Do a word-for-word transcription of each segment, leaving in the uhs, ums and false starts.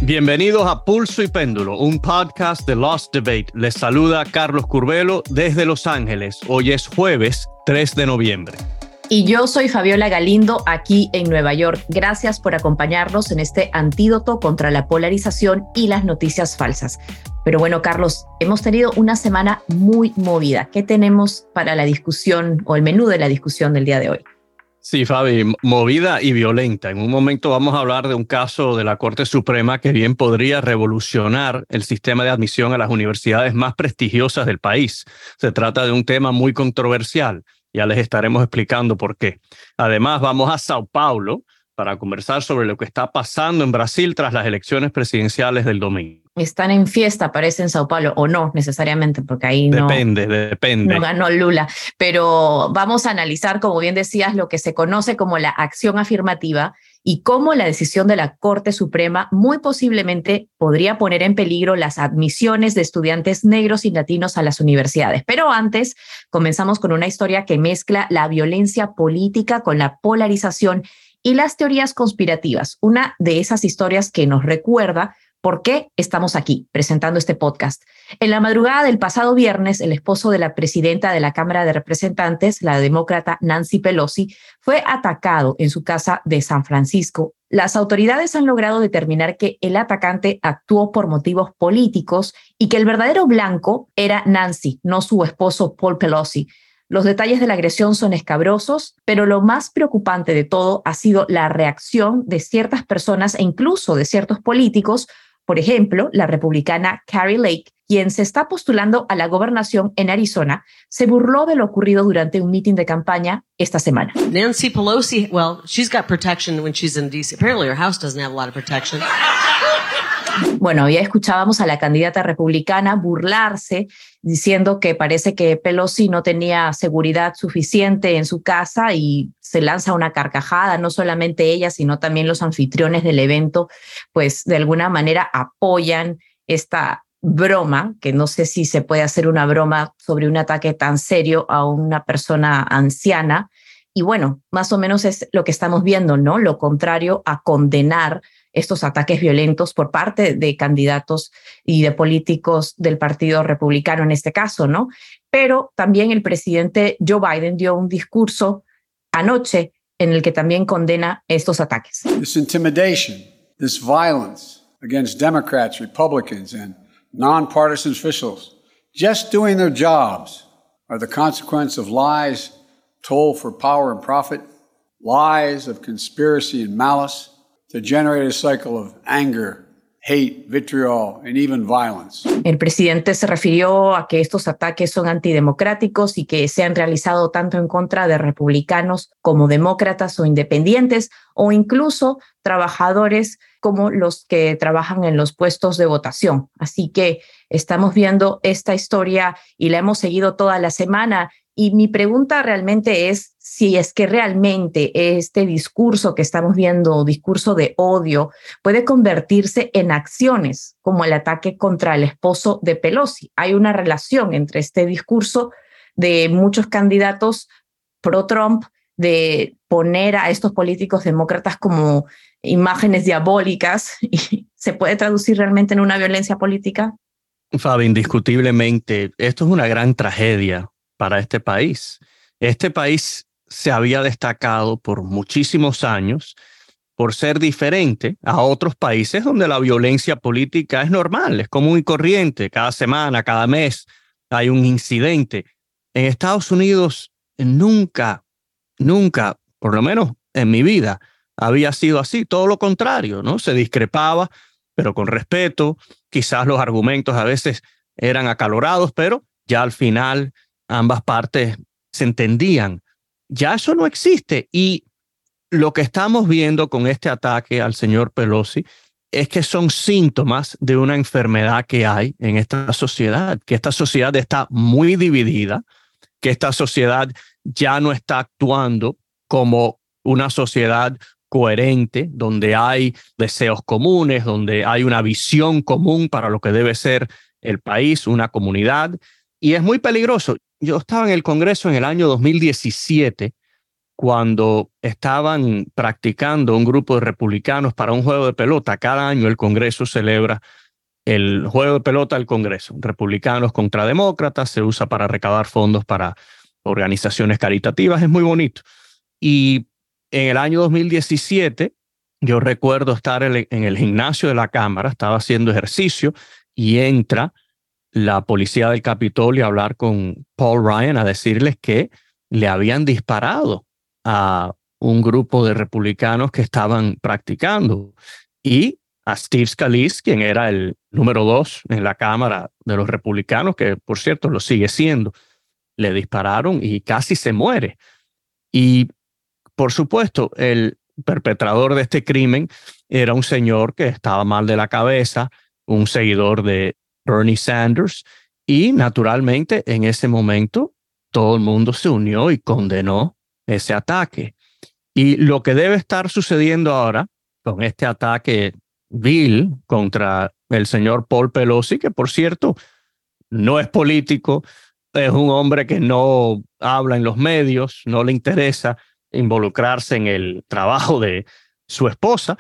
Bienvenidos a Pulso y Péndulo, un podcast de Lost Debate. Les saluda Carlos Curvelo desde Los Ángeles. Hoy es jueves tres de noviembre. Y yo soy Fabiola Galindo, aquí en Nueva York. Gracias por acompañarnos en este antídoto contra la polarización y las noticias falsas. Pero bueno, Carlos, hemos tenido una semana muy movida. ¿Qué tenemos para la discusión o el menú de la discusión del día de hoy? Sí, Fabi, movida y violenta. En un momento vamos a hablar de un caso de la Corte Suprema que bien podría revolucionar el sistema de admisión a las universidades más prestigiosas del país. Se trata de un tema muy controversial. Ya les estaremos explicando por qué. Además, vamos a Sao Paulo para conversar sobre lo que está pasando en Brasil tras las elecciones presidenciales del domingo. Están en fiesta, parece, en Sao Paulo, o no necesariamente, porque ahí no, depende, depende. no ganó Lula. Pero vamos a analizar, como bien decías, lo que se conoce como la acción afirmativa y cómo la decisión de la Corte Suprema muy posiblemente podría poner en peligro las admisiones de estudiantes negros y latinos a las universidades. Pero antes, comenzamos con una historia que mezcla la violencia política con la polarización y las teorías conspirativas. Una de esas historias que nos recuerda por qué estamos aquí presentando este podcast. En la madrugada del pasado viernes, el esposo de la presidenta de la Cámara de Representantes, la demócrata Nancy Pelosi, fue atacado en su casa de San Francisco. Las autoridades han logrado determinar que el atacante actuó por motivos políticos y que el verdadero blanco era Nancy, no su esposo Paul Pelosi. Los detalles de la agresión son escabrosos, pero lo más preocupante de todo ha sido la reacción de ciertas personas e incluso de ciertos políticos. Por ejemplo, la republicana Kari Lake, quien se está postulando a la gobernación en Arizona, se burló de lo ocurrido durante un mitin de campaña esta semana. Nancy Pelosi, well, she's got protection when she's in D C. Apparently her house doesn't have a lot of protection. Bueno, ya escuchábamos a la candidata republicana burlarse, diciendo que parece que Pelosi no tenía seguridad suficiente en su casa y se lanza una carcajada. No solamente ella, sino también los anfitriones del evento, pues de alguna manera apoyan esta broma, que no sé si se puede hacer una broma sobre un ataque tan serio a una persona anciana. Y bueno, más o menos es lo que estamos viendo, ¿no? Lo contrario a condenar estos ataques violentos por parte de candidatos y de políticos del Partido Republicano en este caso, ¿no? Pero también el presidente Joe Biden dio un discurso anoche en el que también condena estos ataques. This intimidation, this violence against Democrats, Republicans, and nonpartisan officials just doing their jobs are the consequence of lies told for power and profit, lies of conspiracy and malice, to generate a cycle of anger, hate, vitriol, and even violence. El presidente se refirió a que estos ataques son antidemocráticos y que se han realizado tanto en contra de republicanos como demócratas o independientes o incluso trabajadores como los que trabajan en los puestos de votación. Así que estamos viendo esta historia y la hemos seguido toda la semana. Y mi pregunta realmente es si es que realmente este discurso que estamos viendo, discurso de odio, puede convertirse en acciones como el ataque contra el esposo de Pelosi. Hay una relación entre este discurso de muchos candidatos pro-Trump de poner a estos políticos demócratas como imágenes diabólicas y se puede traducir realmente en una violencia política. Fabi, indiscutiblemente, esto es una gran tragedia para este país. Este país se había destacado por muchísimos años por ser diferente a otros países donde la violencia política es normal, es común y corriente. Cada semana, cada mes hay un incidente. En Estados Unidos nunca, nunca, por lo menos en mi vida, había sido así. Todo lo contrario, ¿no? Se discrepaba, pero con respeto. Quizás los argumentos a veces eran acalorados, pero ya al final ambas partes se entendían. Ya eso no existe. Y lo que estamos viendo con este ataque al señor Pelosi es que son síntomas de una enfermedad que hay en esta sociedad, que esta sociedad está muy dividida, que esta sociedad ya no está actuando como una sociedad coherente, donde hay deseos comunes, donde hay una visión común para lo que debe ser el país, una comunidad. Y es muy peligroso. Yo estaba en el Congreso en el año dos mil diecisiete cuando estaban practicando un grupo de republicanos para un juego de pelota. Cada año el Congreso celebra el juego de pelota del Congreso. Republicanos contra demócratas, se usa para recaudar fondos para organizaciones caritativas. Es muy bonito. Y en el año dos mil diecisiete, yo recuerdo estar en el gimnasio de la Cámara, estaba haciendo ejercicio y entra la policía del Capitolio a hablar con Paul Ryan, a decirles que le habían disparado a un grupo de republicanos que estaban practicando, y a Steve Scalise, quien era el número dos en la Cámara de los republicanos, que por cierto lo sigue siendo, le dispararon y casi se muere. Y por supuesto, el perpetrador de este crimen era un señor que estaba mal de la cabeza, un seguidor de Bernie Sanders, y naturalmente en ese momento todo el mundo se unió y condenó ese ataque. Y lo que debe estar sucediendo ahora con este ataque vil contra el señor Paul Pelosi, que por cierto no es político, es un hombre que no habla en los medios, no le interesa involucrarse en el trabajo de su esposa,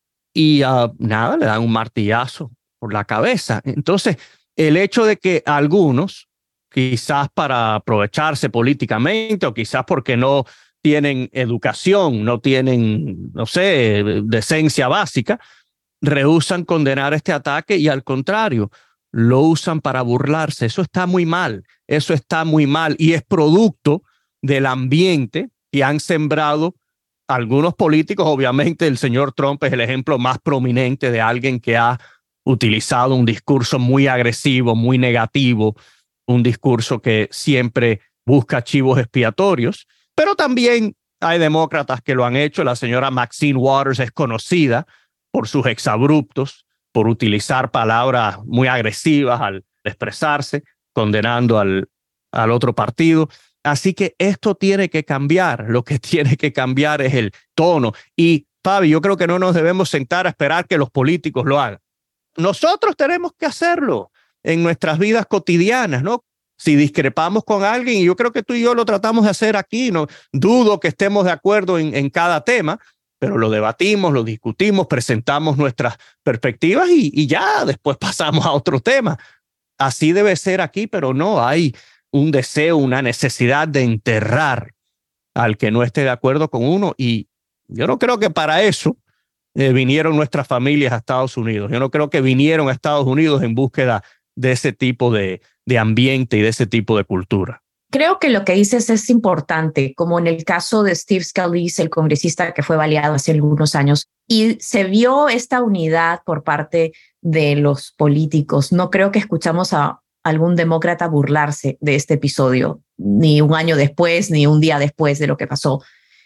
y uh, nada, le dan un martillazo por la cabeza. Entonces, el hecho de que algunos, quizás para aprovecharse políticamente o quizás porque no tienen educación, no tienen, no sé, decencia básica, rehúsan condenar este ataque y al contrario, lo usan para burlarse. Eso está muy mal, eso está muy mal y es producto del ambiente que han sembrado algunos políticos. Obviamente el señor Trump es el ejemplo más prominente de alguien que ha utilizado un discurso muy agresivo, muy negativo, un discurso que siempre busca chivos expiatorios, pero también hay demócratas que lo han hecho. La señora Maxine Waters es conocida por sus exabruptos, por utilizar palabras muy agresivas al expresarse, condenando al, al otro partido. Así que esto tiene que cambiar. Lo que tiene que cambiar es el tono. Y, Fabi, yo creo que no nos debemos sentar a esperar que los políticos lo hagan. Nosotros tenemos que hacerlo en nuestras vidas cotidianas, ¿no? Si discrepamos con alguien, y yo creo que tú y yo lo tratamos de hacer aquí, no dudo que estemos de acuerdo en, en cada tema, pero lo debatimos, lo discutimos, presentamos nuestras perspectivas y, y ya después pasamos a otro tema. Así debe ser aquí, pero no, hay un deseo, una necesidad de enterrar al que no esté de acuerdo con uno, y yo no creo que para eso eh, vinieron nuestras familias a Estados Unidos. Yo no creo que vinieron a Estados Unidos en búsqueda de ese tipo de, de ambiente y de ese tipo de cultura. Creo que lo que dices es importante, como en el caso de Steve Scalise, el congresista que fue baleado hace algunos años, y se vio esta unidad por parte de los políticos. No creo que escuchamos a algún demócrata burlarse de este episodio, ni un año después, ni un día después de lo que pasó.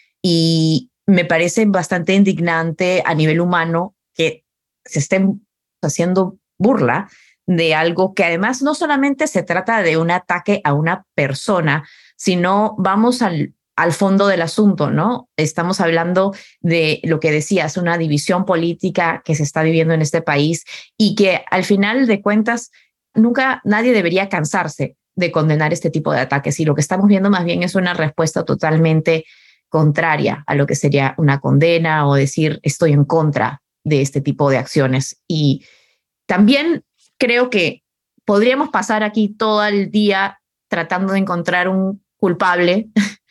Y me parece bastante indignante a nivel humano que se estén haciendo burla de algo que además no solamente se trata de un ataque a una persona, sino vamos al, al fondo del asunto, ¿no? Estamos hablando de lo que decías, una división política que se está viviendo en este país y que al final de cuentas nunca nadie debería cansarse de condenar este tipo de ataques, y lo que estamos viendo más bien es una respuesta totalmente contraria a lo que sería una condena o decir estoy en contra de este tipo de acciones. Y también creo que podríamos pasar aquí todo el día tratando de encontrar un culpable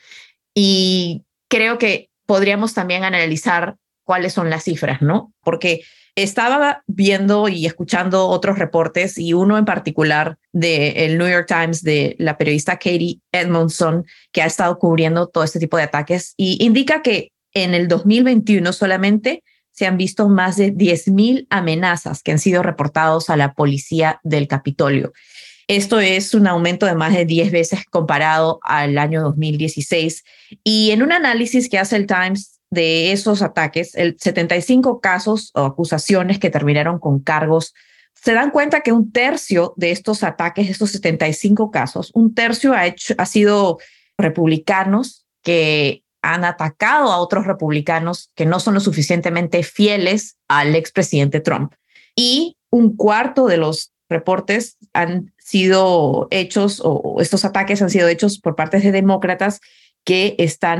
y creo que podríamos también analizar cuáles son las cifras, ¿no? Porque estaba viendo y escuchando otros reportes, y uno en particular del New York Times, de la periodista Katie Edmondson, que ha estado cubriendo todo este tipo de ataques, y indica que en el dos mil veintiuno solamente se han visto más de diez mil amenazas que han sido reportados a la policía del Capitolio. Esto es un aumento de más de diez veces comparado al año dos mil dieciséis. Y en un análisis que hace el Times de esos ataques, el setenta y cinco casos o acusaciones que terminaron con cargos, se dan cuenta que un tercio de estos ataques, de estos setenta y cinco casos, un tercio ha, hecho, ha sido republicanos que han atacado a otros republicanos que no son lo suficientemente fieles al expresidente Trump. Y un cuarto de los reportes han sido hechos, o estos ataques han sido hechos por parte de demócratas que están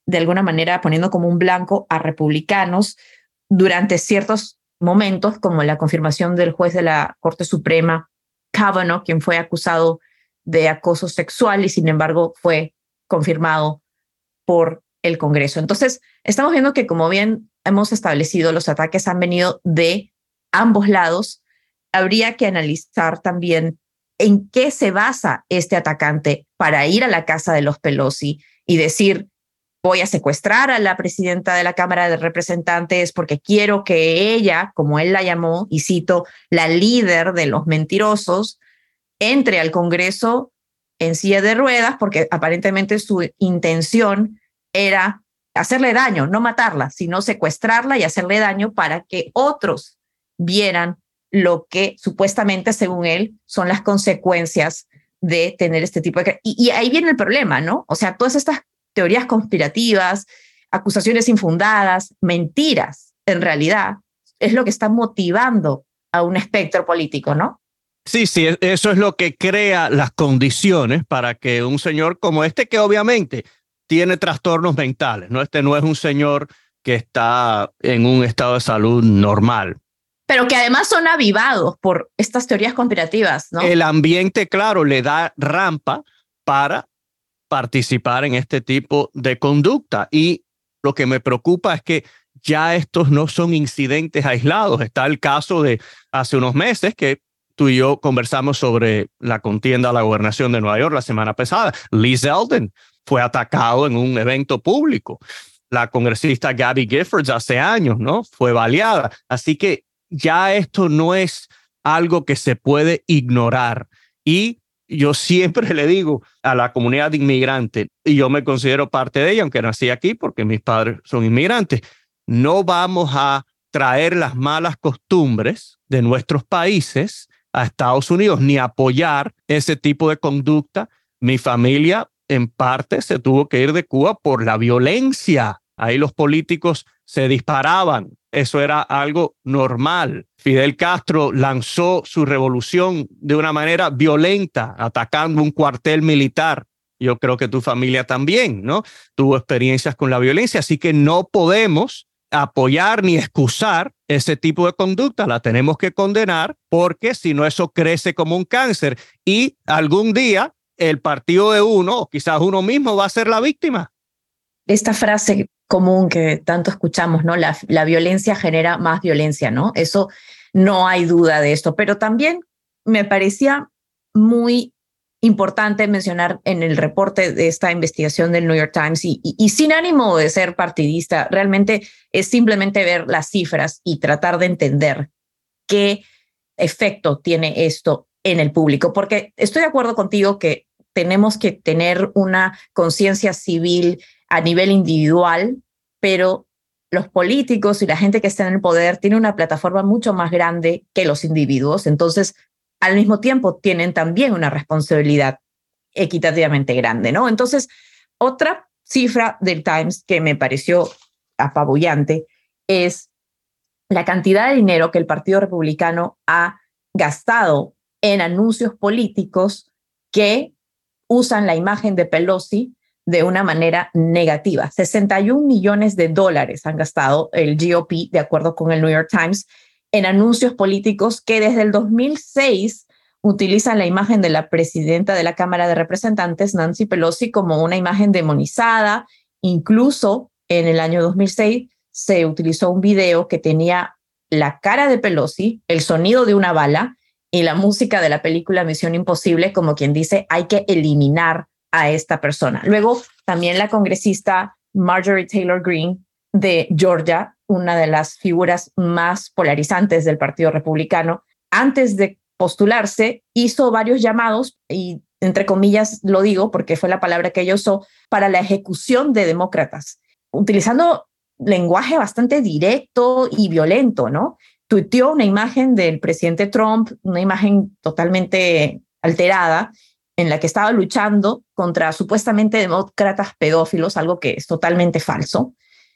de alguna manera poniendo como un blanco a republicanos durante ciertos momentos, como la confirmación del juez de la Corte Suprema, Kavanaugh, quien fue acusado de acoso sexual y sin embargo fue confirmado por el Congreso. Entonces, estamos viendo que, como bien hemos establecido, los ataques han venido de ambos lados. Habría que analizar también en qué se basa este atacante para ir a la casa de los Pelosi y decir, voy a secuestrar a la presidenta de la Cámara de Representantes porque quiero que ella, como él la llamó, y cito, la líder de los mentirosos, entre al Congreso en silla de ruedas, porque aparentemente su intención era hacerle daño, no matarla, sino secuestrarla y hacerle daño para que otros vieran lo que supuestamente, según él, son las consecuencias de tener este tipo de... Y, y ahí viene el problema, ¿no? O sea, todas estas teorías conspirativas, acusaciones infundadas, mentiras, en realidad, es lo que está motivando a un espectro político, ¿no? Sí, sí, eso es lo que crea las condiciones para que un señor como este, que obviamente tiene trastornos mentales, ¿no? Este no es un señor que está en un estado de salud normal. Pero que además son avivados por estas teorías conspirativas, ¿no? El ambiente, claro, le da rampa para participar en este tipo de conducta. Y lo que me preocupa es que ya estos no son incidentes aislados. Está el caso de hace unos meses que tú y yo conversamos sobre la contienda a la gobernación de Nueva York la semana pasada. Lee Zeldin fue atacado en un evento público. La congresista Gabby Giffords hace años, ¿no? Fue baleada. Así que ya esto no es algo que se puede ignorar. Y yo siempre le digo a la comunidad inmigrante, y yo me considero parte de ella, aunque nací aquí porque mis padres son inmigrantes, no vamos a traer las malas costumbres de nuestros países a Estados Unidos, ni apoyar ese tipo de conducta. Mi familia, en parte, se tuvo que ir de Cuba por la violencia. Ahí los políticos se disparaban. Eso era algo normal. Fidel Castro lanzó su revolución de una manera violenta, atacando un cuartel militar. Yo creo que tu familia también, ¿no? Tuvo experiencias con la violencia, así que no podemos apoyar ni excusar ese tipo de conducta. La tenemos que condenar porque si no, eso crece como un cáncer y algún día el partido de uno, o quizás uno mismo, va a ser la víctima. Esta frase común que tanto escuchamos, ¿no? La, la violencia genera más violencia, ¿no? Eso no hay duda de esto, pero también me parecía muy importante mencionar en el reporte de esta investigación del New York Times y, y, y sin ánimo de ser partidista, realmente es simplemente ver las cifras y tratar de entender qué efecto tiene esto en el público, porque estoy de acuerdo contigo que tenemos que tener una conciencia civil a nivel individual, pero los políticos y la gente que está en el poder tienen una plataforma mucho más grande que los individuos, entonces al mismo tiempo tienen también una responsabilidad equitativamente grande, ¿no? Entonces, otra cifra del Times que me pareció apabullante es la cantidad de dinero que el Partido Republicano ha gastado en anuncios políticos que usan la imagen de Pelosi de una manera negativa. sesenta y un millones de dólares han gastado el G O P, de acuerdo con el New York Times, en anuncios políticos que desde el dos mil seis utilizan la imagen de la presidenta de la Cámara de Representantes, Nancy Pelosi, como una imagen demonizada. Incluso en el año dos mil seis se utilizó un video que tenía la cara de Pelosi, el sonido de una bala y la música de la película Misión Imposible, como quien dice, hay que eliminar a esta persona. Luego, también la congresista Marjorie Taylor Greene de Georgia, una de las figuras más polarizantes del Partido Republicano, antes de postularse, hizo varios llamados, y entre comillas lo digo porque fue la palabra que ella usó, para la ejecución de demócratas, utilizando lenguaje bastante directo y violento, ¿no? Tuiteó una imagen del presidente Trump, una imagen totalmente alterada, en la que estaba luchando contra supuestamente demócratas pedófilos, algo que es totalmente falso.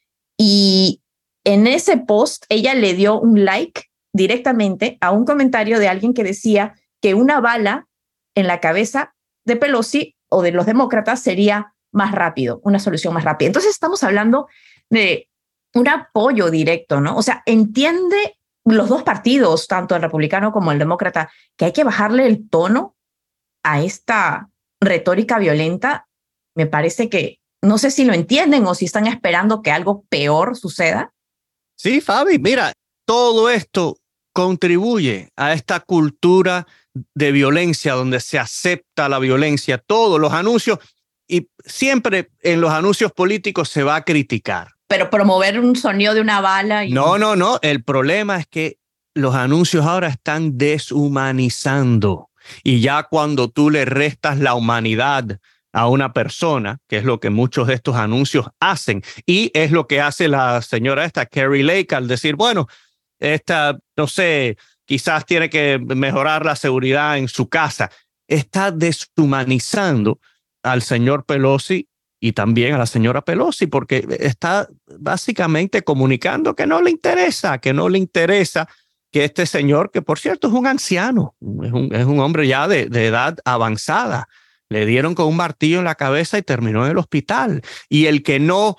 Y en ese post ella le dio un like directamente a un comentario de alguien que decía que una bala en la cabeza de Pelosi o de los demócratas sería más rápido, una solución más rápida. Entonces estamos hablando de un apoyo directo, ¿no? O sea, entiende los dos partidos, tanto el republicano como el demócrata, que hay que bajarle el tono a esta retórica violenta. Me parece que no sé si lo entienden o si están esperando que algo peor suceda. Sí, Fabi, mira, todo esto contribuye a esta cultura de violencia donde se acepta la violencia, todos los anuncios, y siempre en los anuncios políticos se va a criticar. Pero promover un sonido de una bala. Y... No, no, no. El problema es que los anuncios ahora están deshumanizando. Y ya cuando tú le restas la humanidad a una persona, que es lo que muchos de estos anuncios hacen, y es lo que hace la señora esta, Kari Lake, al decir, bueno, esta, no sé, quizás tiene que mejorar la seguridad en su casa. Está deshumanizando al señor Pelosi y también a la señora Pelosi, porque está básicamente comunicando que no le interesa, que no le interesa que este señor, que por cierto es un anciano, es un, es un hombre ya de, de edad avanzada, le dieron con un martillo en la cabeza y terminó en el hospital. Y el que no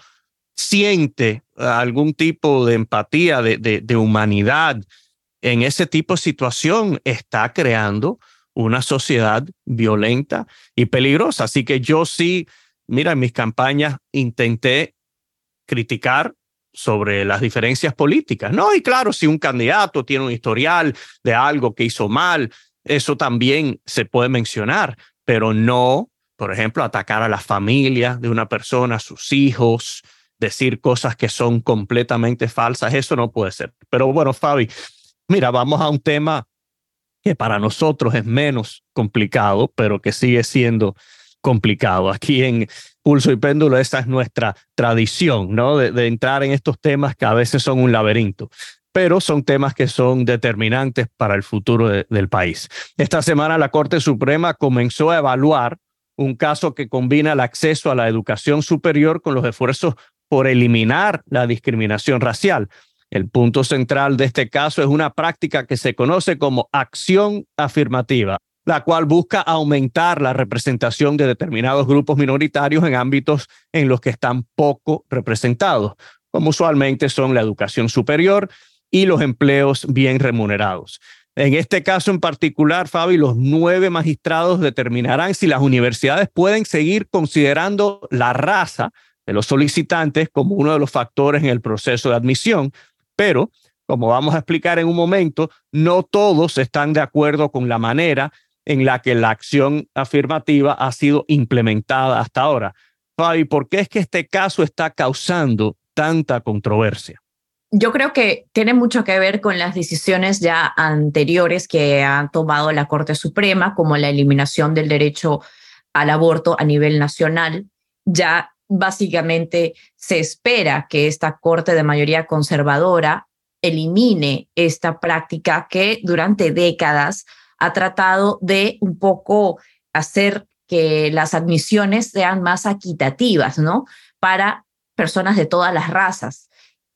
siente algún tipo de empatía, de, de, de humanidad en ese tipo de situación, está creando una sociedad violenta y peligrosa. Así que yo sí, mira, en mis campañas intenté criticar sobre las diferencias políticas, ¿no? Y claro, si un candidato tiene un historial de algo que hizo mal, eso también se puede mencionar, pero no, por ejemplo, atacar a la familia de una persona, a sus hijos, decir cosas que son completamente falsas, eso no puede ser. Pero bueno, Fabi, mira, vamos a un tema que para nosotros es menos complicado, pero que sigue siendo complicado. Aquí en Pulso y Péndulo esa es nuestra tradición, ¿no? De, de entrar en estos temas que a veces son un laberinto, pero son temas que son determinantes para el futuro de, del país. Esta semana la Corte Suprema comenzó a evaluar un caso que combina el acceso a la educación superior con los esfuerzos por eliminar la discriminación racial. El punto central de este caso es una práctica que se conoce como acción afirmativa, la cual busca aumentar la representación de determinados grupos minoritarios en ámbitos en los que están poco representados, como usualmente son la educación superior y los empleos bien remunerados. En este caso en particular, Fabi, los nueve magistrados determinarán si las universidades pueden seguir considerando la raza de los solicitantes como uno de los factores en el proceso de admisión, pero, como vamos a explicar en un momento, no todos están de acuerdo con la manera en la que la acción afirmativa ha sido implementada hasta ahora. Fabi, ¿por qué es que este caso está causando tanta controversia? Yo creo que tiene mucho que ver con las decisiones ya anteriores que ha tomado la Corte Suprema, como la eliminación del derecho al aborto a nivel nacional. Ya básicamente se espera que esta Corte de mayoría conservadora elimine esta práctica que durante décadas ha tratado de un poco hacer que las admisiones sean más equitativas, ¿no? Para personas de todas las razas.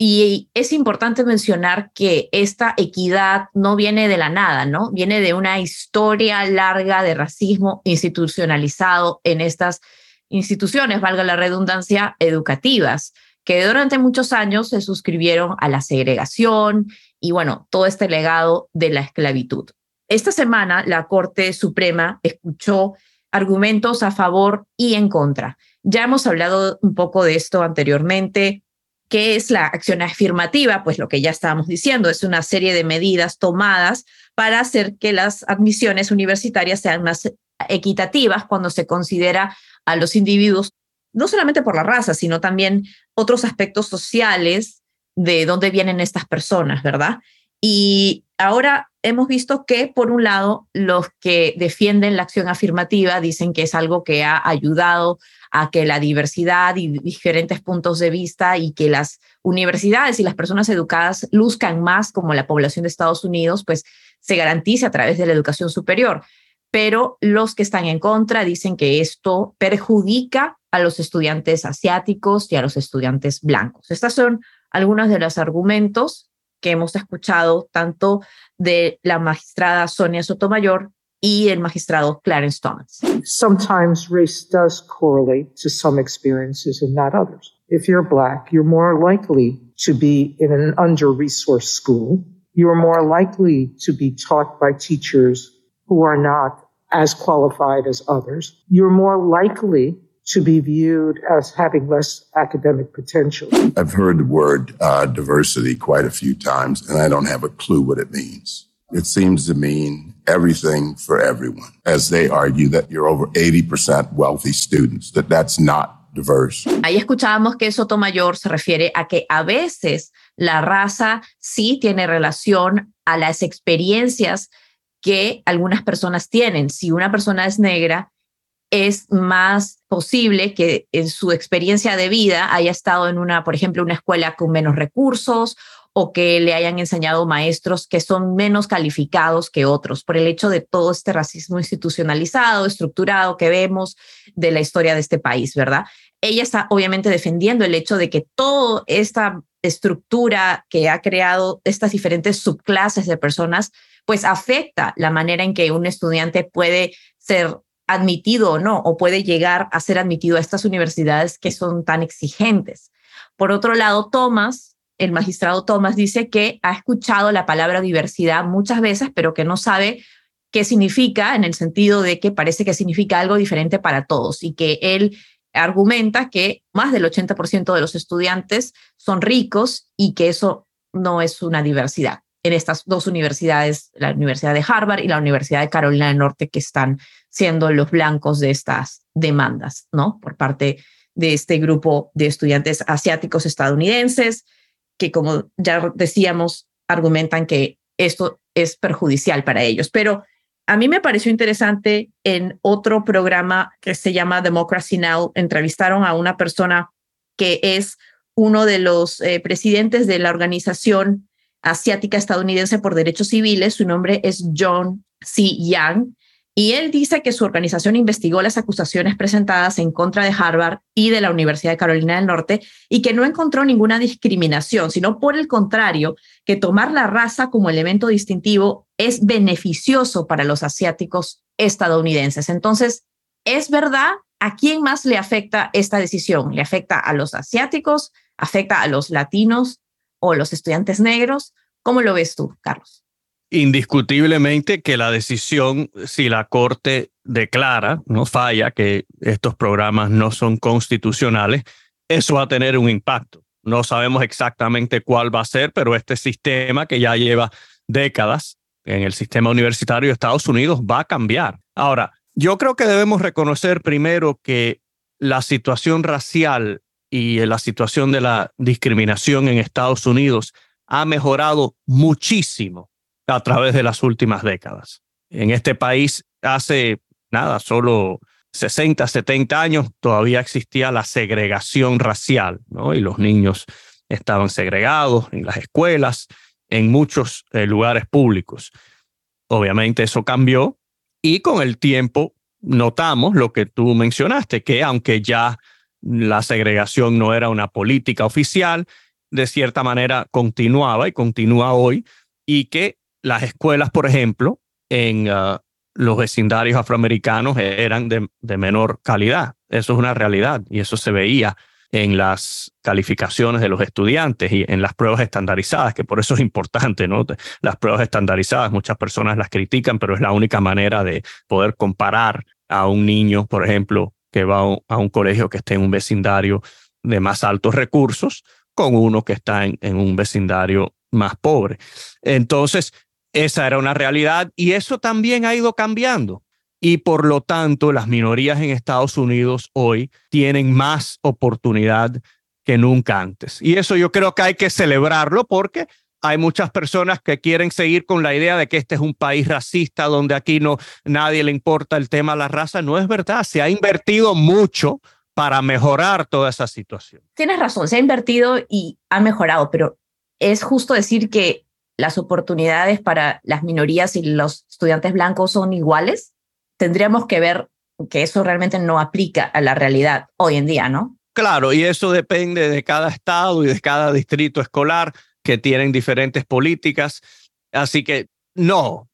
Y es importante mencionar que esta equidad no viene de la nada, ¿no? Viene de una historia larga de racismo institucionalizado en estas instituciones, valga la redundancia, educativas, que durante muchos años se suscribieron a la segregación y, bueno, todo este legado de la esclavitud. Esta semana la Corte Suprema escuchó argumentos a favor y en contra. Ya hemos hablado un poco de esto anteriormente. ¿Qué es la acción afirmativa? Pues lo que ya estábamos diciendo, es una serie de medidas tomadas para hacer que las admisiones universitarias sean más equitativas cuando se considera a los individuos, no solamente por la raza, sino también otros aspectos sociales de dónde vienen estas personas, ¿verdad? Y ahora hemos visto que, por un lado, los que defienden la acción afirmativa dicen que es algo que ha ayudado a que la diversidad y diferentes puntos de vista y que las universidades y las personas educadas luzcan más como la población de Estados Unidos, pues se garantice a través de la educación superior. Pero los que están en contra dicen que esto perjudica a los estudiantes asiáticos y a los estudiantes blancos. Estos son algunos de los argumentos que hemos escuchado tanto de la magistrada Sonia Sotomayor y el magistrado Clarence Thomas. Sometimes race does correlate to some experiences and not others. If you're Black, you're more likely to be in an under-resourced school. You're more likely to be taught by teachers who are not as qualified as others. You're more likely to be viewed as having less academic potential. I've heard the word uh, diversity quite a few times, and I don't have a clue what it means. It seems to mean everything for everyone, as they argue that you're over eighty percent wealthy students, that that's not diverse. Ahí escuchábamos que Sotomayor se refiere a que a veces la raza sí tiene relación a las experiencias que algunas personas tienen. Si una persona es negra, es más posible que en su experiencia de vida haya estado en una, por ejemplo, una escuela con menos recursos o que le hayan enseñado maestros que son menos calificados que otros por el hecho de todo este racismo institucionalizado, estructurado que vemos de la historia de este país, ¿verdad? Ella está obviamente defendiendo el hecho de que toda esta estructura que ha creado estas diferentes subclases de personas, pues afecta la manera en que un estudiante puede ser admitido o no, o puede llegar a ser admitido a estas universidades que son tan exigentes. Por otro lado, Thomas, el magistrado Thomas, dice que ha escuchado la palabra diversidad muchas veces, pero que no sabe qué significa, en el sentido de que parece que significa algo diferente para todos, y que él argumenta que más del ochenta por ciento de los estudiantes son ricos y que eso no es una diversidad en estas dos universidades, la Universidad de Harvard y la Universidad de Carolina del Norte, que están siendo los blancos de estas demandas, ¿no? Por parte de este grupo de estudiantes asiáticos estadounidenses, que, como ya decíamos, argumentan que esto es perjudicial para ellos. Pero a mí me pareció interesante, en otro programa que se llama Democracy Now!, entrevistaron a una persona que es uno de los eh, presidentes de la Organización Asiática Estadounidense por Derechos Civiles. Su nombre es John C. Yang, y él dice que su organización investigó las acusaciones presentadas en contra de Harvard y de la Universidad de Carolina del Norte y que no encontró ninguna discriminación, sino por el contrario, que tomar la raza como elemento distintivo es beneficioso para los asiáticos estadounidenses. Entonces, ¿es verdad? ¿A quién más le afecta esta decisión? ¿Le afecta a los asiáticos? ¿Afecta a los latinos o los estudiantes negros? ¿Cómo lo ves tú, Carlos? Indiscutiblemente que la decisión, si la Corte declara, no falla, que estos programas no son constitucionales, eso va a tener un impacto. No sabemos exactamente cuál va a ser, pero este sistema que ya lleva décadas en el sistema universitario de Estados Unidos va a cambiar. Ahora, yo creo que debemos reconocer primero que la situación racial y la situación de la discriminación en Estados Unidos ha mejorado muchísimo a través de las últimas décadas. En este país, hace nada, solo sesenta, setenta años, todavía existía la segregación racial, ¿no? Y los niños estaban segregados en las escuelas, en muchos eh, lugares públicos. Obviamente eso cambió, y con el tiempo notamos lo que tú mencionaste, que aunque ya la segregación no era una política oficial, de cierta manera continuaba y continúa hoy, y que las escuelas, por ejemplo, en uh, los vecindarios afroamericanos eran de, de menor calidad. Eso es una realidad, y eso se veía en las calificaciones de los estudiantes y en las pruebas estandarizadas, que por eso es importante, ¿no? Las pruebas estandarizadas, muchas personas las critican, pero es la única manera de poder comparar a un niño, por ejemplo, que va a un colegio que esté en un vecindario de más altos recursos con uno que está en, en un vecindario más pobre. Entonces, esa era una realidad, y eso también ha ido cambiando. Y por lo tanto, las minorías en Estados Unidos hoy tienen más oportunidad que nunca antes. Y eso yo creo que hay que celebrarlo, porque hay muchas personas que quieren seguir con la idea de que este es un país racista, donde aquí no nadie le importa el tema de la raza. No es verdad. Se ha invertido mucho para mejorar toda esa situación. Tienes razón, se ha invertido y ha mejorado, pero es justo decir que las oportunidades para las minorías y los estudiantes blancos son iguales. Tendríamos que ver que eso realmente no aplica a la realidad hoy en día, ¿no? Claro, y eso depende de cada estado y de cada distrito escolar, que tienen diferentes políticas. Así que no,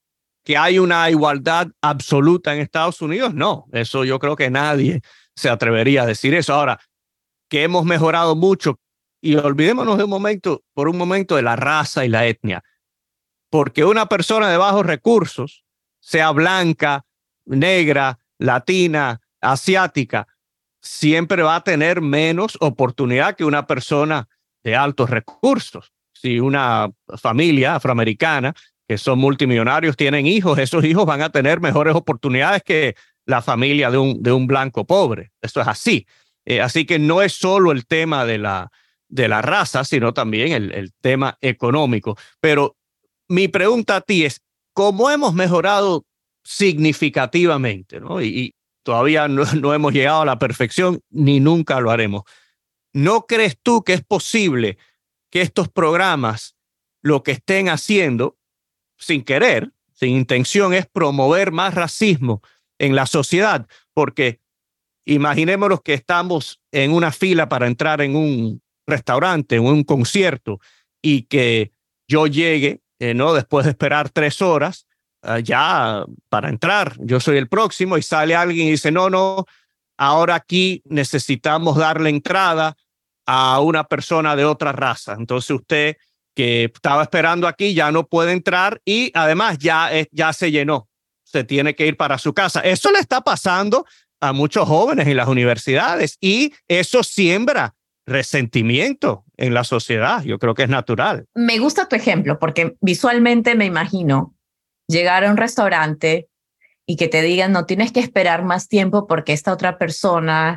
¿Que hay una igualdad absoluta en Estados Unidos? No, eso yo creo que nadie se atrevería a decir eso. Ahora, que hemos mejorado mucho, y olvidémonos de un momento, por un momento de la raza y la etnia, porque una persona de bajos recursos, sea blanca, negra, latina, asiática, siempre va a tener menos oportunidad que una persona de altos recursos. Si una familia afroamericana que son multimillonarios tienen hijos, esos hijos van a tener mejores oportunidades que la familia de un, de un blanco pobre. Eso es así. Eh, así que no es solo el tema de la, de la raza, sino también el, el tema económico. Pero mi pregunta a ti es, ¿cómo hemos mejorado significativamente, ¿no? Y, y todavía no, no hemos llegado a la perfección, ni nunca lo haremos. ¿No crees tú que es posible que estos programas lo que estén haciendo, sin querer, sin intención, es promover más racismo en la sociedad? Porque imaginémonos que estamos en una fila para entrar en un restaurante, en un concierto, y que yo llegue, eh, ¿no? Después de esperar tres horas, uh, ya para entrar, yo soy el próximo, y sale alguien y dice, no, no, ahora aquí necesitamos darle entrada a una persona de otra raza. Entonces usted que estaba esperando aquí ya no puede entrar y además ya, ya se llenó. Se tiene que ir para su casa. Eso le está pasando a muchos jóvenes en las universidades y eso siembra resentimiento en la sociedad. Yo creo que es natural. Me gusta tu ejemplo porque visualmente me imagino llegar a un restaurante y que te digan no tienes que esperar más tiempo porque esta otra persona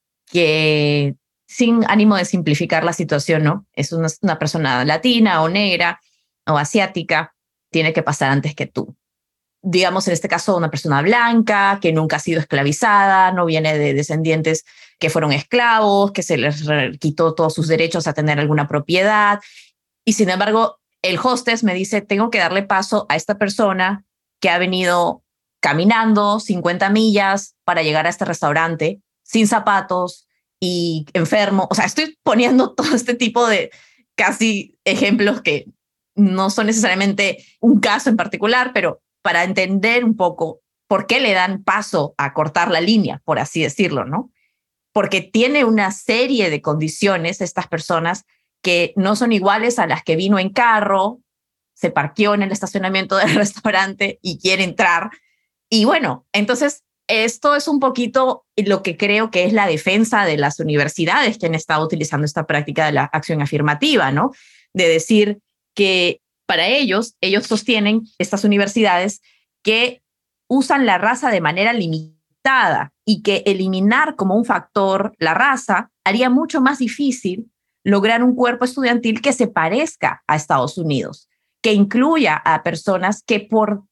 que, sin ánimo de simplificar la situación, ¿no? Es una, una persona latina o negra o asiática, tiene que pasar antes que tú. Digamos, en este caso, una persona blanca que nunca ha sido esclavizada, no viene de descendientes que fueron esclavos, que se les quitó todos sus derechos a tener alguna propiedad. Y sin embargo, el hostess me dice, tengo que darle paso a esta persona que ha venido caminando cincuenta millas para llegar a este restaurante, sin zapatos y enfermo. O sea, estoy poniendo todo este tipo de casi ejemplos que no son necesariamente un caso en particular, pero para entender un poco por qué le dan paso a cortar la línea, por así decirlo, ¿no? Porque tiene una serie de condiciones estas personas que no son iguales a las que vino en carro, se parqueó en el estacionamiento del restaurante y quiere entrar. Y bueno, entonces esto es un poquito lo que creo que es la defensa de las universidades que han estado utilizando esta práctica de la acción afirmativa, ¿no? De decir que para ellos, ellos sostienen, estas universidades, que usan la raza de manera limitada y que eliminar como un factor la raza haría mucho más difícil lograr un cuerpo estudiantil que se parezca a Estados Unidos, que incluya a personas que por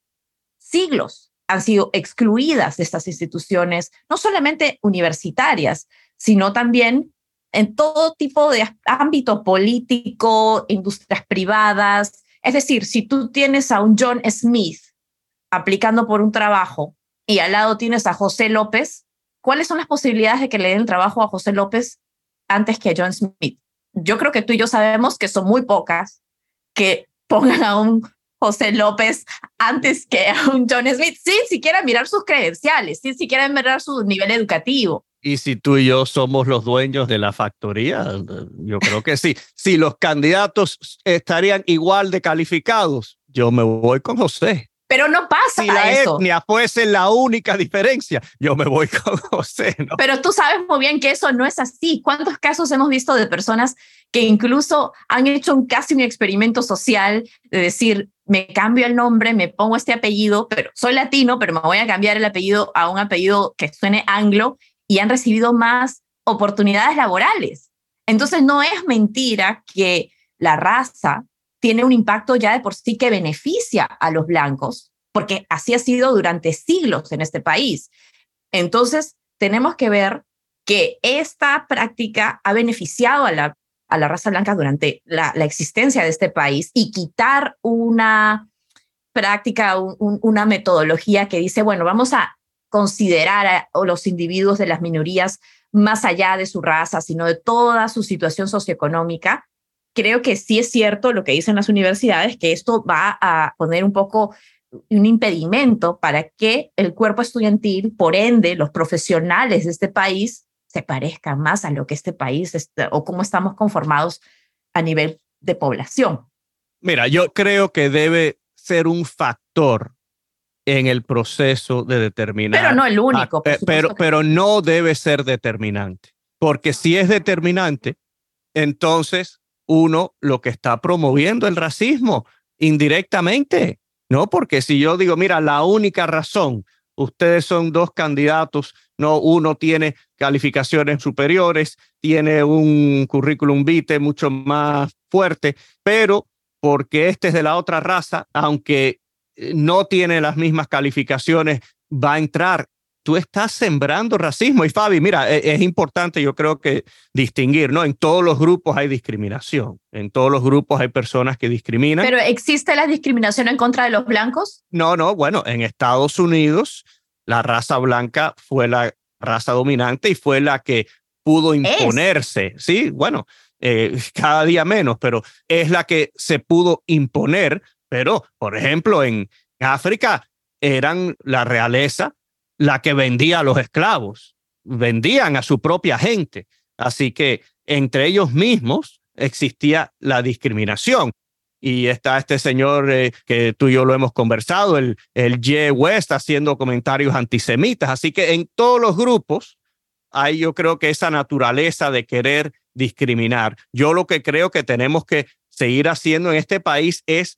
siglos han sido excluidas de estas instituciones, no solamente universitarias, sino también en todo tipo de ámbito político, industrias privadas. Es decir, si tú tienes a un John Smith aplicando por un trabajo y al lado tienes a José López, ¿cuáles son las posibilidades de que le den el trabajo a José López antes que a John Smith? Yo creo que tú y yo sabemos que son muy pocas que pongan a un José López antes que a un John Smith, sin siquiera mirar sus credenciales, sin siquiera mirar su nivel educativo. Y si tú y yo somos los dueños de la factoría, yo creo que sí. Si los candidatos estarían igual de calificados, yo me voy con José. Pero no pasa si la eso. etnia fuese la única diferencia, yo me voy con José, ¿no? Pero tú sabes muy bien que eso no es así. ¿Cuántos casos hemos visto de personas que incluso han hecho un, casi un experimento social de decir, me cambio el nombre, me pongo este apellido, pero soy latino, pero me voy a cambiar el apellido a un apellido que suene anglo, y han recibido más oportunidades laborales? Entonces no es mentira que la raza tiene un impacto ya de por sí que beneficia a los blancos, porque así ha sido durante siglos en este país. Entonces tenemos que ver que esta práctica ha beneficiado a la, a la raza blanca durante la, la existencia de este país, y quitar una práctica, un, un, una metodología que dice, bueno, vamos a considerar a, a los individuos de las minorías más allá de su raza, sino de toda su situación socioeconómica. Creo que sí es cierto lo que dicen las universidades, que esto va a poner un poco un impedimento para que el cuerpo estudiantil, por ende, los profesionales de este país, se parezcan más a lo que este país está, o cómo estamos conformados a nivel de población. Mira, yo creo que debe ser un factor en el proceso de determinar. Pero no el único. A, por pero, pero no debe ser determinante, porque si es determinante, entonces uno lo que está promoviendo el racismo indirectamente, ¿no? Porque si yo digo, mira, la única razón, ustedes son dos candidatos, no, uno tiene calificaciones superiores, tiene un currículum vitae mucho más fuerte, pero porque este es de la otra raza, aunque no tiene las mismas calificaciones, va a entrar. Tú estás sembrando racismo. Y Fabi, mira, es, es importante, yo creo que distinguir, ¿no? En todos los grupos hay discriminación. En todos los grupos hay personas que discriminan. ¿Pero existe la discriminación en contra de los blancos? No, no, bueno, en Estados Unidos la raza blanca fue la raza dominante y fue la que pudo imponerse. Es. Sí, bueno, eh, cada día menos, pero es la que se pudo imponer. Pero, por ejemplo, en África eran la realeza la que vendía a los esclavos, vendían a su propia gente. Así que entre ellos mismos existía la discriminación. Y está este señor eh, que tú y yo lo hemos conversado, el, el Ye West, haciendo comentarios antisemitas. Así que en todos los grupos hay, yo creo que esa naturaleza de querer discriminar. Yo lo que creo que tenemos que seguir haciendo en este país es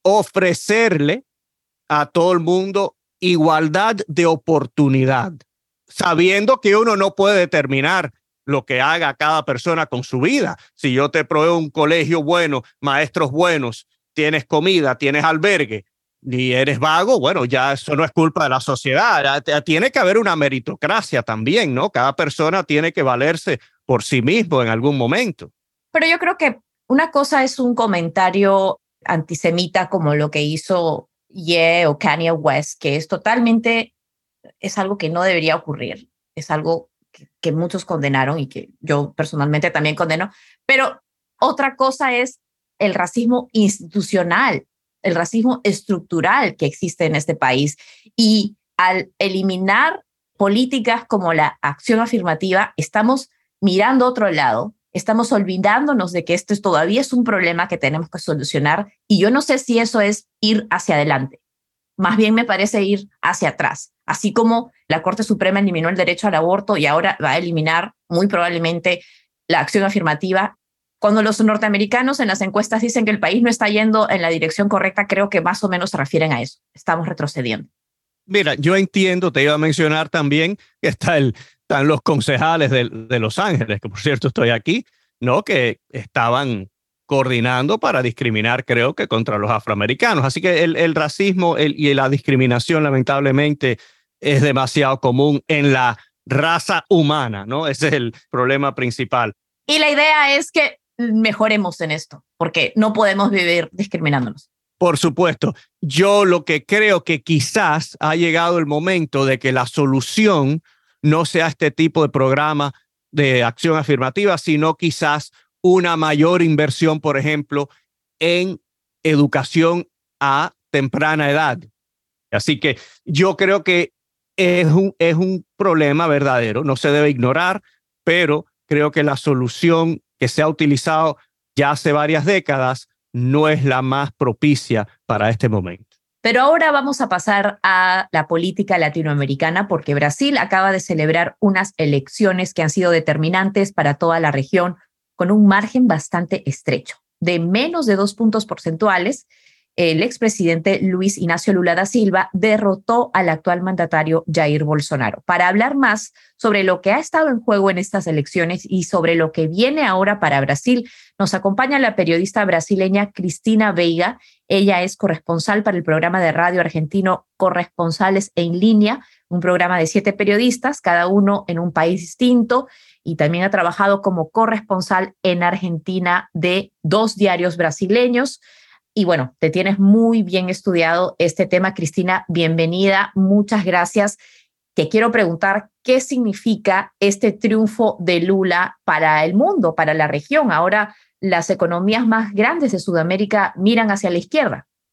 ofrecerle a todo el mundo igualdad de oportunidad, sabiendo que uno no puede determinar lo que haga cada persona con su vida. Si yo te proveo un colegio bueno, maestros buenos, tienes comida, tienes albergue y eres vago, bueno, ya eso no es culpa de la sociedad. Tiene que haber una meritocracia también, ¿no? Cada persona tiene que valerse por sí mismo en algún momento. Pero yo creo que una cosa es un comentario antisemita como lo que hizo Ye o Kanye West, que es totalmente, es algo que no debería ocurrir, es algo que, que muchos condenaron y que yo personalmente también condeno, pero otra cosa es el racismo institucional, el racismo estructural que existe en este país, y al eliminar políticas como la acción afirmativa, estamos mirando a otro lado. Estamos olvidándonos de que esto es, todavía es un problema que tenemos que solucionar, y yo no sé si eso es ir hacia adelante. Más bien me parece ir hacia atrás. Así como la Corte Suprema eliminó el derecho al aborto y ahora va a eliminar muy probablemente la acción afirmativa. Cuando los norteamericanos en las encuestas dicen que el país no está yendo en la dirección correcta, creo que más o menos se refieren a eso. Estamos retrocediendo. Mira, yo entiendo, te iba a mencionar también que está el, están los concejales de, de Los Ángeles, que por cierto estoy aquí, ¿no? Que estaban coordinando para discriminar, creo que contra los afroamericanos. Así que el, el racismo el, y la discriminación lamentablemente es demasiado común en la raza humana, ¿no? Ese es el problema principal. Y la idea es que mejoremos en esto, porque no podemos vivir discriminándonos. Por supuesto, yo lo que creo que quizás ha llegado el momento de que la solución no sea este tipo de programa de acción afirmativa, sino quizás una mayor inversión, por ejemplo, en educación a temprana edad. Así que yo creo que es un, es un problema verdadero, no se debe ignorar, pero creo que la solución que se ha utilizado ya hace varias décadas no es la más propicia para este momento. Pero ahora vamos a pasar a la política latinoamericana, porque Brasil acaba de celebrar unas elecciones que han sido determinantes para toda la región, con un margen bastante estrecho, de menos de dos puntos porcentuales. El expresidente Luis Ignacio Lula da Silva derrotó al actual mandatario Jair Bolsonaro. Para hablar más sobre lo que ha estado en juego en estas elecciones y sobre lo que viene ahora para Brasil, nos acompaña la periodista brasileña Cristina Veiga. Ella es corresponsal para el programa de radio argentino Corresponsales en Línea, un programa de siete periodistas, cada uno en un país distinto, y también ha trabajado como corresponsal en Argentina de dos diarios brasileños. Y bueno, te tienes muy bien estudiado este tema. Cristina, bienvenida, muchas gracias. Te quiero preguntar, ¿qué significa este triunfo de Lula para el mundo, para la región? Ahora las economías más grandes de Sudamérica miran hacia la izquierda.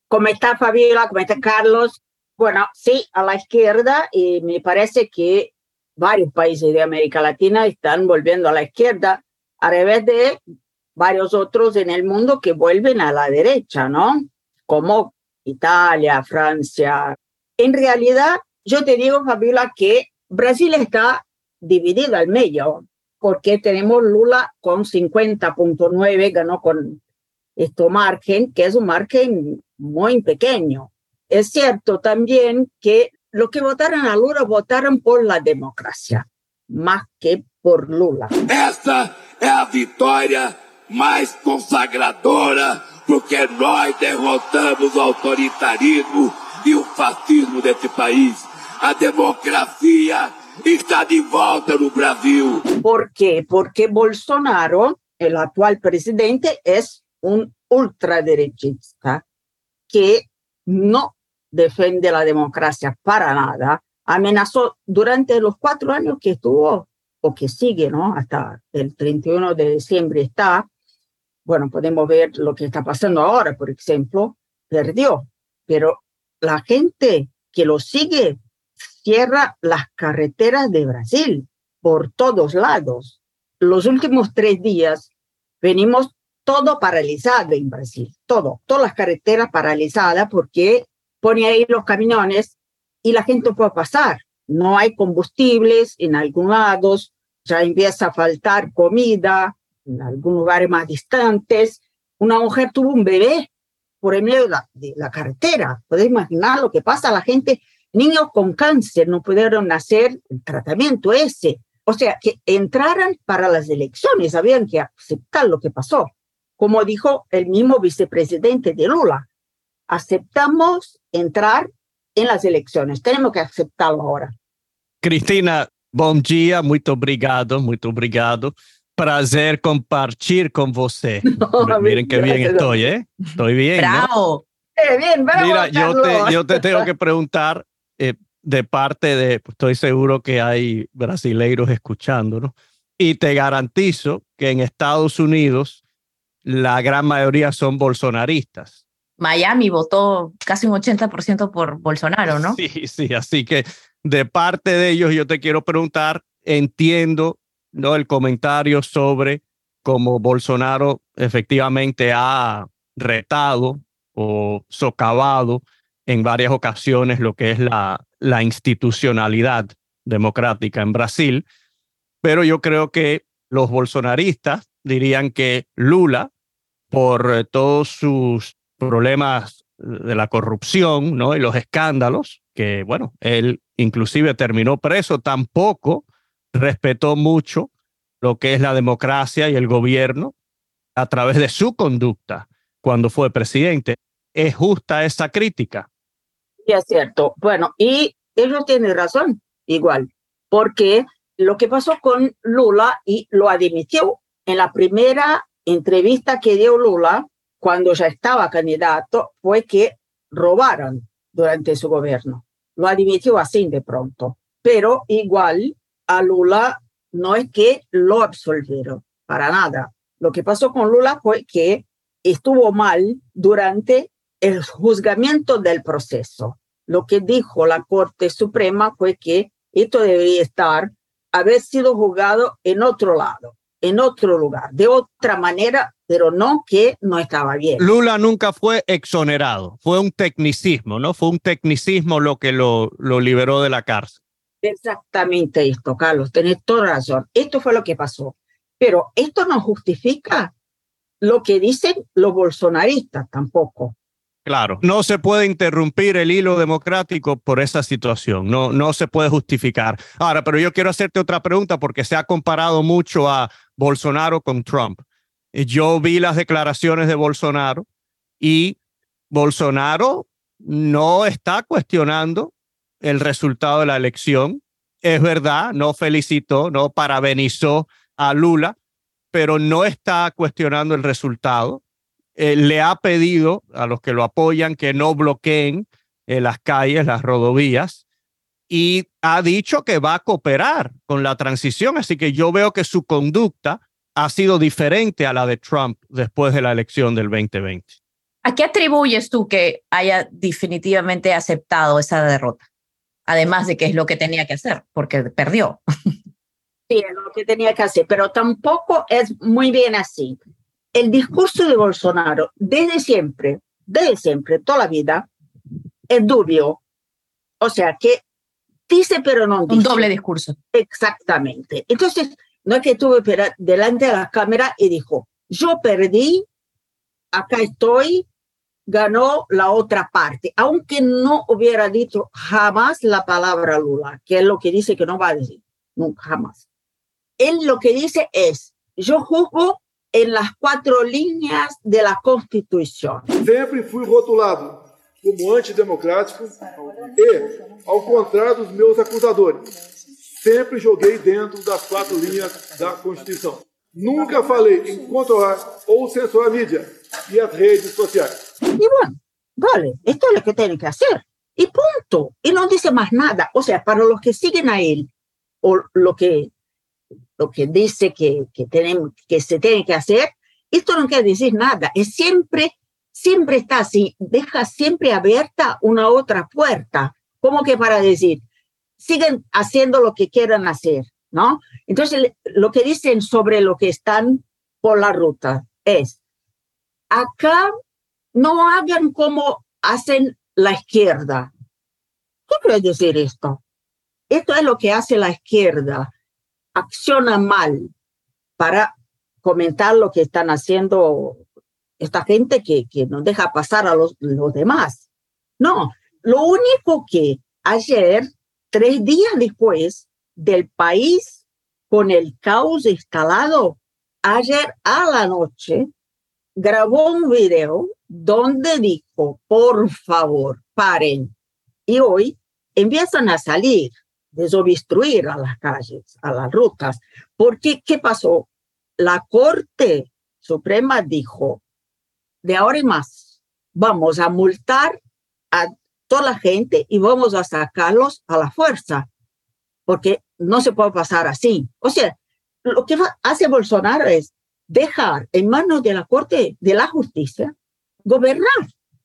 ¿Cómo está Fabiola? ¿Cómo está Carlos? Bueno, sí, a la izquierda, y me parece que varios países de América Latina están volviendo a la izquierda, a revés de varios otros en el mundo que vuelven a la derecha, ¿no? Como Italia, Francia. En realidad, yo te digo, Fabiola, que Brasil está dividido al medio, porque tenemos Lula con cincuenta punto nueve, ganó con este margen, que es un margen muy pequeño. Es cierto también que los que votaron a Lula votaron por la democracia, más que por Lula. Essa é a vitória mais consagradora, porque nós derrotamos o autoritarismo e o fascismo desse país. A democracia está de volta no Brasil. ¿Por qué? Porque Bolsonaro, el actual presidente, es un ultraderechista que no defiende la democracia para nada. Amenazó durante los cuatro años que estuvo, o que sigue, ¿no? Hasta el treinta y uno de diciembre está. Bueno, podemos ver lo que está pasando ahora, por ejemplo, perdió. Pero la gente que lo sigue cierra las carreteras de Brasil por todos lados. Los últimos tres días venimos todo paralizado en Brasil, todo, todas las carreteras paralizadas porque pone ahí los camiones y la gente puede pasar. No hay combustibles en algunos lados, ya empieza a faltar comida en algunos lugares más distantes. Una mujer tuvo un bebé por el medio de la, de la carretera. Podés imaginar lo que pasa a la gente. Niños con cáncer no pudieron hacer el tratamiento ese. O sea, que entraran para las elecciones, habían que aceptar lo que pasó. Como dijo el mismo vicepresidente de Lula, aceptamos entrar en las elecciones, tenemos que aceptarlo ahora. Cristina, bom dia, muito obrigado, muito obrigado. Prazer compartir con você. No, Miren qué bien estoy, ¿eh? Estoy bien, ¡Bravo! ¿no? Eh, bien, bravo, Mira, yo Carlos. te, yo te tengo que preguntar, eh, de parte de, estoy seguro que hay brasileiros escuchando, ¿no? Y te garantizo que en Estados Unidos la gran mayoría son bolsonaristas. Miami votó casi un ochenta por ciento por Bolsonaro, ¿no? Sí, sí, así que de parte de ellos yo te quiero preguntar, entiendo, ¿no?, el comentario sobre cómo Bolsonaro efectivamente ha retado o socavado en varias ocasiones lo que es la, la institucionalidad democrática en Brasil, pero yo creo que los bolsonaristas dirían que Lula, por eh, todos sus problemas de la corrupción, ¿no?, y los escándalos, que bueno, él inclusive terminó preso, tampoco respetó mucho lo que es la democracia y el gobierno a través de su conducta cuando fue presidente. ¿Es justa esa crítica? Sí, es cierto. Bueno, y ellos tienen razón, igual, porque lo que pasó con Lula, y lo admitió en la primera entrevista que dio Lula, cuando ya estaba candidato, fue que robaron durante su gobierno. Lo admitió así de pronto. Pero igual a Lula no es que lo absolvieron, para nada. Lo que pasó con Lula fue que estuvo mal durante el juzgamiento del proceso. Lo que dijo la Corte Suprema fue que esto debería estar, haber sido juzgado en otro lado, en otro lugar, de otra manera, pero no que no estaba bien. Lula nunca fue exonerado, fue un tecnicismo, ¿no? Fue un tecnicismo lo que lo, lo liberó de la cárcel. Exactamente esto, Carlos, tenés toda razón. Esto fue lo que pasó. Pero esto no justifica lo que dicen los bolsonaristas tampoco. Claro, no se puede interrumpir el hilo democrático por esa situación, no, no se puede justificar. Ahora, pero yo quiero hacerte otra pregunta porque se ha comparado mucho a Bolsonaro con Trump. Yo vi las declaraciones de Bolsonaro y Bolsonaro no está cuestionando el resultado de la elección. Es verdad, no felicitó, no parabenizó a Lula, pero no está cuestionando el resultado. Eh, le ha pedido a los que lo apoyan que no bloqueen eh, las calles, las rodovías, y ha dicho que va a cooperar con la transición. Así que yo veo que su conducta ha sido diferente a la de Trump después de la elección del veinte veinte. ¿A qué atribuyes tú que haya definitivamente aceptado esa derrota? Además de que es lo que tenía que hacer, porque perdió. Sí, es lo que tenía que hacer, pero tampoco es muy bien así. El discurso de Bolsonaro, desde siempre, desde siempre, toda la vida, es dubio. O sea, que dice pero no dice. Un doble discurso. Exactamente. Entonces, no es que estuve delante de la cámara y dijo, yo perdí, acá estoy, ganó la otra parte, aunque no hubiera dicho jamás la palabra Lula, que es lo que dice que no va a decir, nunca, jamás. Él lo que dice es, yo juzgo en las cuatro líneas de la Constitución. Sempre fui rotulado como antidemocrático e, ao contrário dos meus acusadores, sempre joguei dentro das quatro linhas da Constituição. Nunca falei em controlar ou censurar a mídia y las redes sociales. Y bueno, vale, esto es lo que tiene que hacer. Y punto. Y no dice más nada. O sea, para los que siguen a él, o lo que, lo que dice que, que, tenemos, que se tiene que hacer, esto no quiere decir nada. Es siempre, siempre está así. Deja siempre abierta una otra puerta. Como que para decir, siguen haciendo lo que quieran hacer, ¿no? Entonces, lo que dicen sobre lo que están por la ruta es, acá no hagan como hacen la izquierda. ¿Qué quiere decir esto? Esto es lo que hace la izquierda. Acciona mal para comentar lo que están haciendo esta gente que, que nos deja pasar a los, los demás. No, lo único que ayer, tres días después del país con el caos instalado, ayer a la noche, grabó un video donde dijo, por favor, paren. Y hoy empiezan a salir, desobstruir a las calles, a las rutas. Porque, ¿qué pasó? La Corte Suprema dijo, de ahora en más, vamos a multar a toda la gente y vamos a sacarlos a la fuerza, porque no se puede pasar así. O sea, lo que hace Bolsonaro es dejar en manos de la Corte de la Justicia gobernar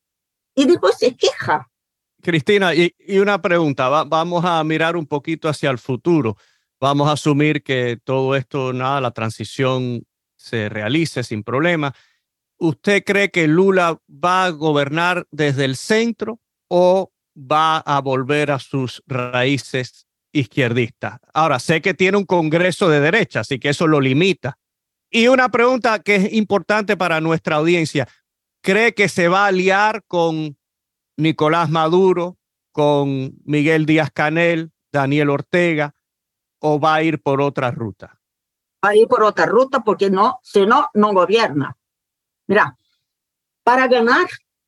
y después se queja. Cristina, y, y una pregunta, Va, vamos a mirar un poquito hacia el futuro. Vamos a asumir que todo esto, nada, la transición se realice sin problema. ¿Usted cree que Lula va a gobernar desde el centro o va a volver a sus raíces izquierdistas? Ahora, sé que tiene un Congreso de derecha, así que eso lo limita. Y una pregunta que es importante para nuestra audiencia. ¿Cree que se va a aliar con Nicolás Maduro, con Miguel Díaz-Canel, Daniel Ortega, o va a ir por otra ruta? Va a ir por otra ruta porque no, si no, no gobierna. Mira, para ganar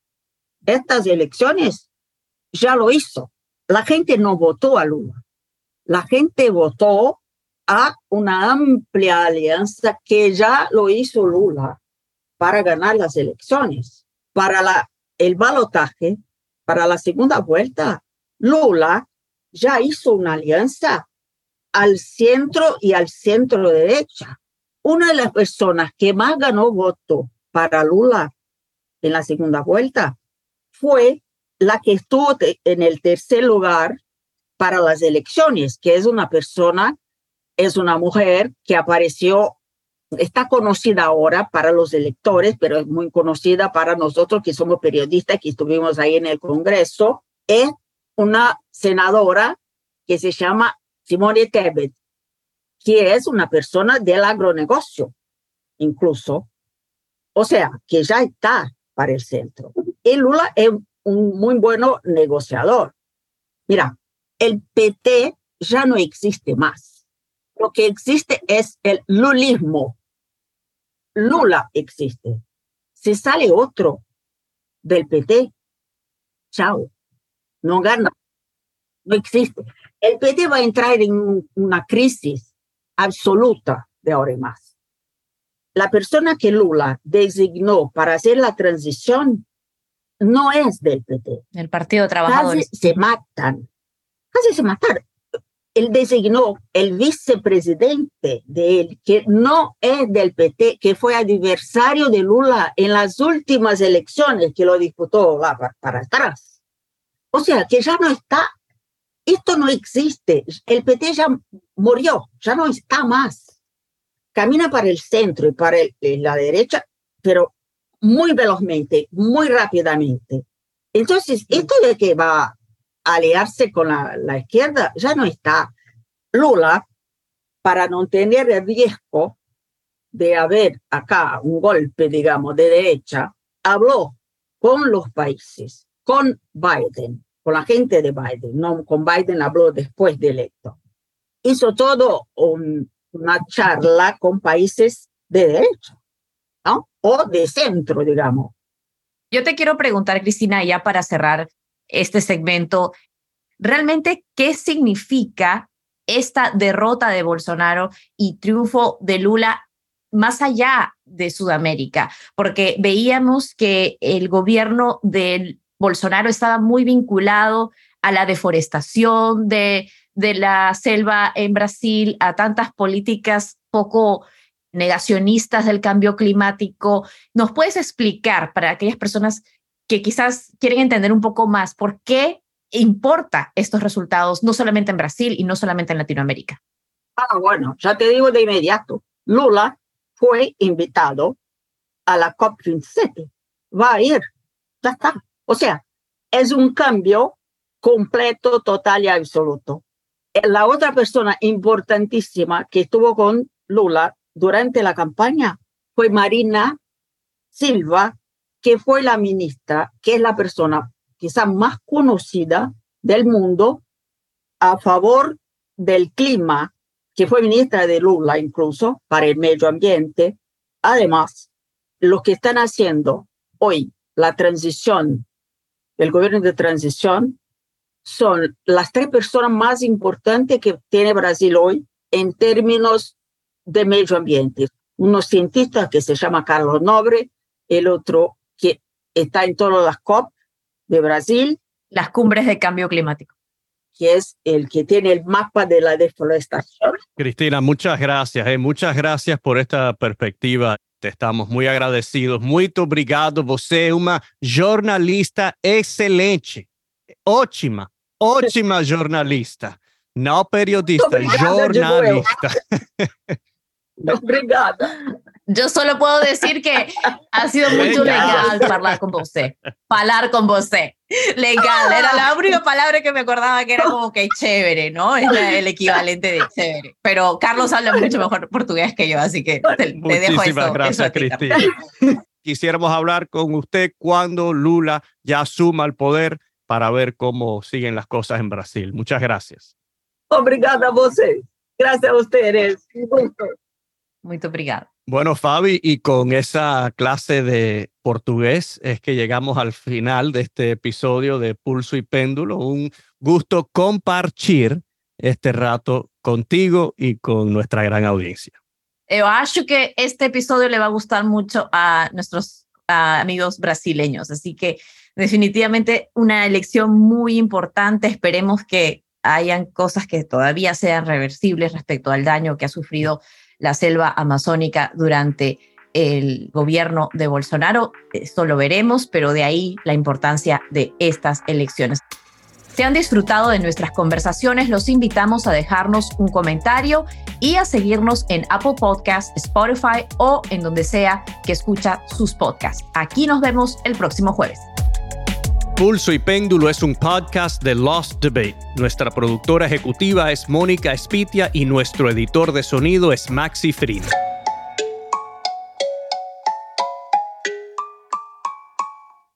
estas elecciones ya lo hizo. La gente no votó a Lula. La gente votó a una amplia alianza que ya lo hizo Lula para ganar las elecciones. Para la, el balotaje, para la segunda vuelta, Lula ya hizo una alianza al centro y al centro derecha. Una de las personas que más ganó voto para Lula en la segunda vuelta fue la que estuvo en el tercer lugar para las elecciones, que es una persona, es una mujer que apareció, está conocida ahora para los electores, pero es muy conocida para nosotros que somos periodistas, que estuvimos ahí en el Congreso. Es una senadora que se llama Simone Tebet, que es una persona del agronegocio, incluso. O sea, que ya está para el centro. Y Lula es un muy buen negociador. Mira, el P T ya no existe más. Lo que existe es el lulismo. Lula existe. Si sale otro del P T, chao, no gana, no existe. El P T va a entrar en una crisis absoluta de ahora en más. La persona que Lula designó para hacer la transición no es del P T. El Partido Trabajador. Casi se matan. Casi se mataron. él designó el vicepresidente de él, que no es del P T, que fue adversario de Lula en las últimas elecciones que lo disputó la, para atrás. O sea, que ya no está, esto no existe, el P T ya murió, ya no está más. Camina para el centro y para el, la derecha, pero muy velozmente, muy rápidamente. Entonces, esto de que va a aliarse con la, la izquierda ya no está. Lula, para no tener el riesgo de haber acá un golpe, digamos, de derecha, habló con los países, con Biden, con la gente de Biden, no con Biden habló después de electo. Hizo todo un, una charla con países de derecha, ¿no? O de centro, digamos. Yo te quiero preguntar, Cristina, ya para cerrar este segmento, ¿realmente qué significa esta derrota de Bolsonaro y triunfo de Lula más allá de Sudamérica? Porque veíamos que el gobierno de Bolsonaro estaba muy vinculado a la deforestación de, de la selva en Brasil, a tantas políticas poco negacionistas del cambio climático. ¿Nos puedes explicar para aquellas personas que quizás quieren entender un poco más por qué importa estos resultados, no solamente en Brasil y no solamente en Latinoamérica? Ah, bueno, ya te digo de inmediato. Lula fue invitado a la COP veintisiete. Va a ir. Ya está. O sea, es un cambio completo, total y absoluto. La otra persona importantísima que estuvo con Lula durante la campaña fue Marina Silva, que fue la ministra, que es la persona quizás más conocida del mundo a favor del clima, que fue ministra de Lula incluso para el medio ambiente. Además, los que están haciendo hoy la transición, el gobierno de transición, son las tres personas más importantes que tiene Brasil hoy en términos de medio ambiente. Uno cientista que se llama Carlos Nobre, el otro que está en todas las COP de Brasil. Las cumbres de cambio climático. Que es el que tiene el mapa de la deforestación. Cristina, muchas gracias. Eh. Muchas gracias por esta perspectiva. Te estamos muy agradecidos. Muito obrigado. Você é uma jornalista excelente. Ótima, ótima jornalista. No periodista, Obrigada, jornalista. Obrigada. Yo solo puedo decir que ha sido muito legal hablar con você. Hablar con você. Legal. Era la única palabra que me acordaba que era como que chévere, ¿no? Es la, el equivalente de chévere. Pero Carlos habla mucho mejor portugués que yo, así que te, te dejo eso. Muchísimas gracias, eso Cristina. Quisiéramos hablar con usted cuando Lula ya asuma el poder para ver cómo siguen las cosas en Brasil. Muchas gracias. Obrigada a você. Gracias a ustedes. Un gusto. Muy obrigada. Bueno, Fabi, y con esa clase de portugués es que llegamos al final de este episodio de Pulso y Péndulo. Un gusto compartir este rato contigo y con nuestra gran audiencia. Yo acho que este episodio le va a gustar mucho a nuestros a amigos brasileños, así que definitivamente una elección muy importante. Esperemos que hayan cosas que todavía sean reversibles respecto al daño que ha sufrido la selva amazónica durante el gobierno de Bolsonaro. Esto lo veremos, pero de ahí la importancia de estas elecciones. Si han disfrutado de nuestras conversaciones, los invitamos a dejarnos un comentario y a seguirnos en Apple Podcasts, Spotify o en donde sea que escucha sus podcasts. Aquí nos vemos el próximo jueves. Pulso y Péndulo es un podcast de Lost Debate. Nuestra productora ejecutiva es Mónica Espitia y nuestro editor de sonido es Maxi Frina.